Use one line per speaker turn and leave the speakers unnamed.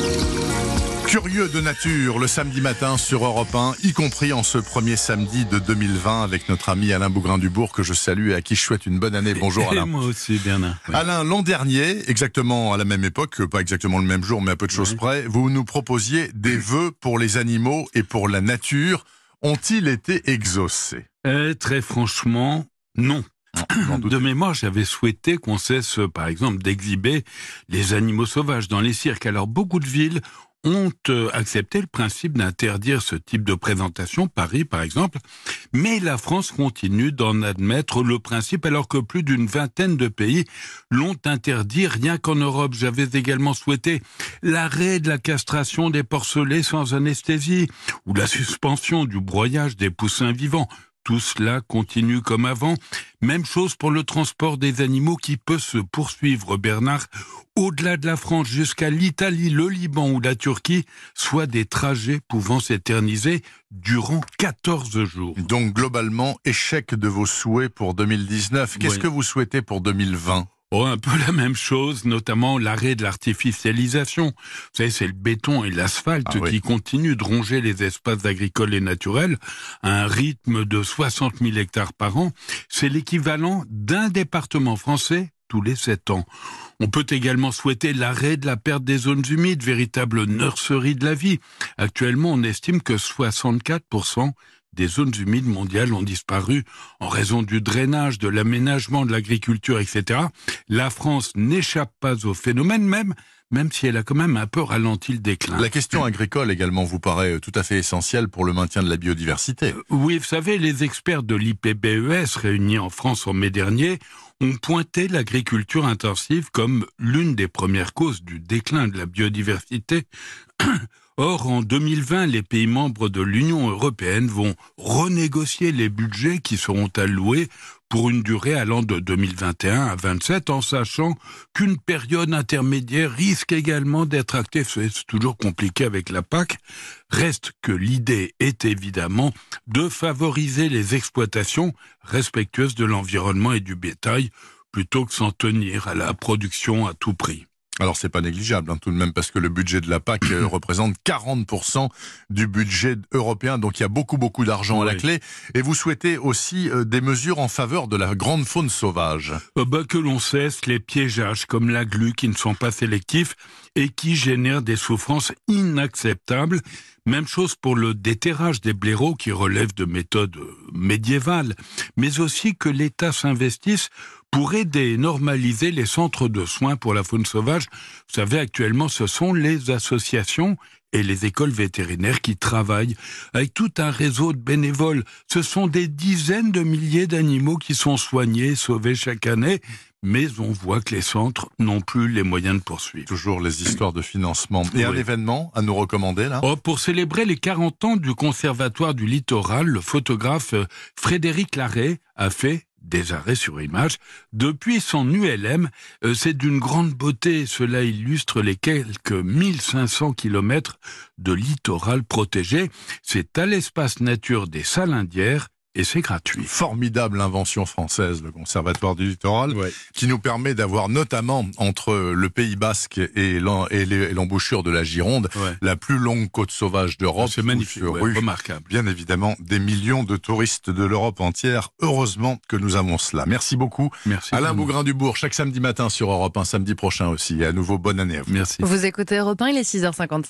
Curieux de nature, le samedi matin sur Europe 1, y compris en ce premier samedi de 2020 avec notre ami Alain Bougrain-Dubourg que je salue et à qui je souhaite une bonne année. Bonjour Alain.
Et moi aussi, Bernard. Oui.
Alain, l'an dernier, exactement à la même époque, pas exactement le même jour, mais à peu de choses près, vous nous proposiez des vœux pour les animaux et pour la nature. Ont-ils été exaucés ?
Très franchement, non. De mémoire, j'avais souhaité qu'on cesse, par exemple, d'exhiber les animaux sauvages dans les cirques. Alors, beaucoup de villes ont accepté le principe d'interdire ce type de présentation, Paris par exemple, mais la France continue d'en admettre le principe alors que plus d'une vingtaine de pays l'ont interdit rien qu'en Europe. J'avais également souhaité l'arrêt de la castration des porcelets sans anesthésie ou la suspension du broyage des poussins vivants. Tout cela continue comme avant. Même chose pour le transport des animaux qui peut se poursuivre, Bernard, au-delà de la France jusqu'à l'Italie, le Liban ou la Turquie, soit des trajets pouvant s'éterniser durant 14 jours.
Donc globalement, échec de vos souhaits pour 2019. Qu'est-ce que vous souhaitez pour 2020 ?
Un peu la même chose, notamment l'arrêt de l'artificialisation. Vous savez, c'est le béton et l'asphalte qui continuent de ronger les espaces agricoles et naturels à un rythme de 60 000 hectares par an. C'est l'équivalent d'un département français tous les 7 ans. On peut également souhaiter l'arrêt de la perte des zones humides, véritable nurserie de la vie. Actuellement, on estime que 64% des zones humides mondiales ont disparu en raison du drainage, de l'aménagement, de l'agriculture, etc. La France n'échappe pas au phénomène, même si elle a quand même un peu ralenti le déclin.
La question agricole également vous paraît tout à fait essentielle pour le maintien de la biodiversité.
Oui, vous savez, les experts de l'IPBES réunis en France en mai dernier ont pointé l'agriculture intensive comme l'une des premières causes du déclin de la biodiversité. Or, en 2020, les pays membres de l'Union européenne vont renégocier les budgets qui seront alloués pour une durée allant de 2021 à 2027, en sachant qu'une période intermédiaire risque également d'être actée. C'est toujours compliqué avec la PAC. Reste que l'idée est évidemment de favoriser les exploitations respectueuses de l'environnement et du bétail, plutôt que s'en tenir à la production à tout prix.
Alors c'est pas négligeable tout de même, parce que le budget de la PAC représente 40% du budget européen, donc il y a beaucoup d'argent à la clé. Et vous souhaitez aussi des mesures en faveur de la grande faune sauvage.
Que l'on cesse les piégeages comme la glu qui ne sont pas sélectifs et qui génèrent des souffrances inacceptables. Même chose pour le déterrage des blaireaux qui relève de méthodes médiévales, mais aussi que l'État s'investisse pour aider et normaliser les centres de soins pour la faune sauvage. Vous savez, actuellement, ce sont les associations et les écoles vétérinaires qui travaillent avec tout un réseau de bénévoles. Ce sont des dizaines de milliers d'animaux qui sont soignés, sauvés chaque année, mais on voit que les centres n'ont plus les moyens de poursuivre.
Toujours les histoires de financement. Et un événement à nous recommander là ?
Pour célébrer les 40 ans du Conservatoire du Littoral, le photographe Frédéric Larrey a fait des arrêts sur image. Depuis son ULM, c'est d'une grande beauté. Cela illustre les quelques 1500 kilomètres de littoral protégé. C'est à l'espace nature des Salindières et c'est gratuit.
Formidable invention française, le Conservatoire du Littoral, qui nous permet d'avoir notamment entre le Pays Basque et l'embouchure de la Gironde, la plus longue côte sauvage d'Europe.
C'est magnifique, remarquable.
Bien évidemment, des millions de touristes de l'Europe entière. Heureusement que nous avons cela. Merci beaucoup.
Merci.
Alain Bougrain-Dubourg, chaque samedi matin sur Europe 1, samedi prochain aussi. Et à nouveau, bonne année à vous.
Merci.
Vous écoutez Europe 1, il est 6h55.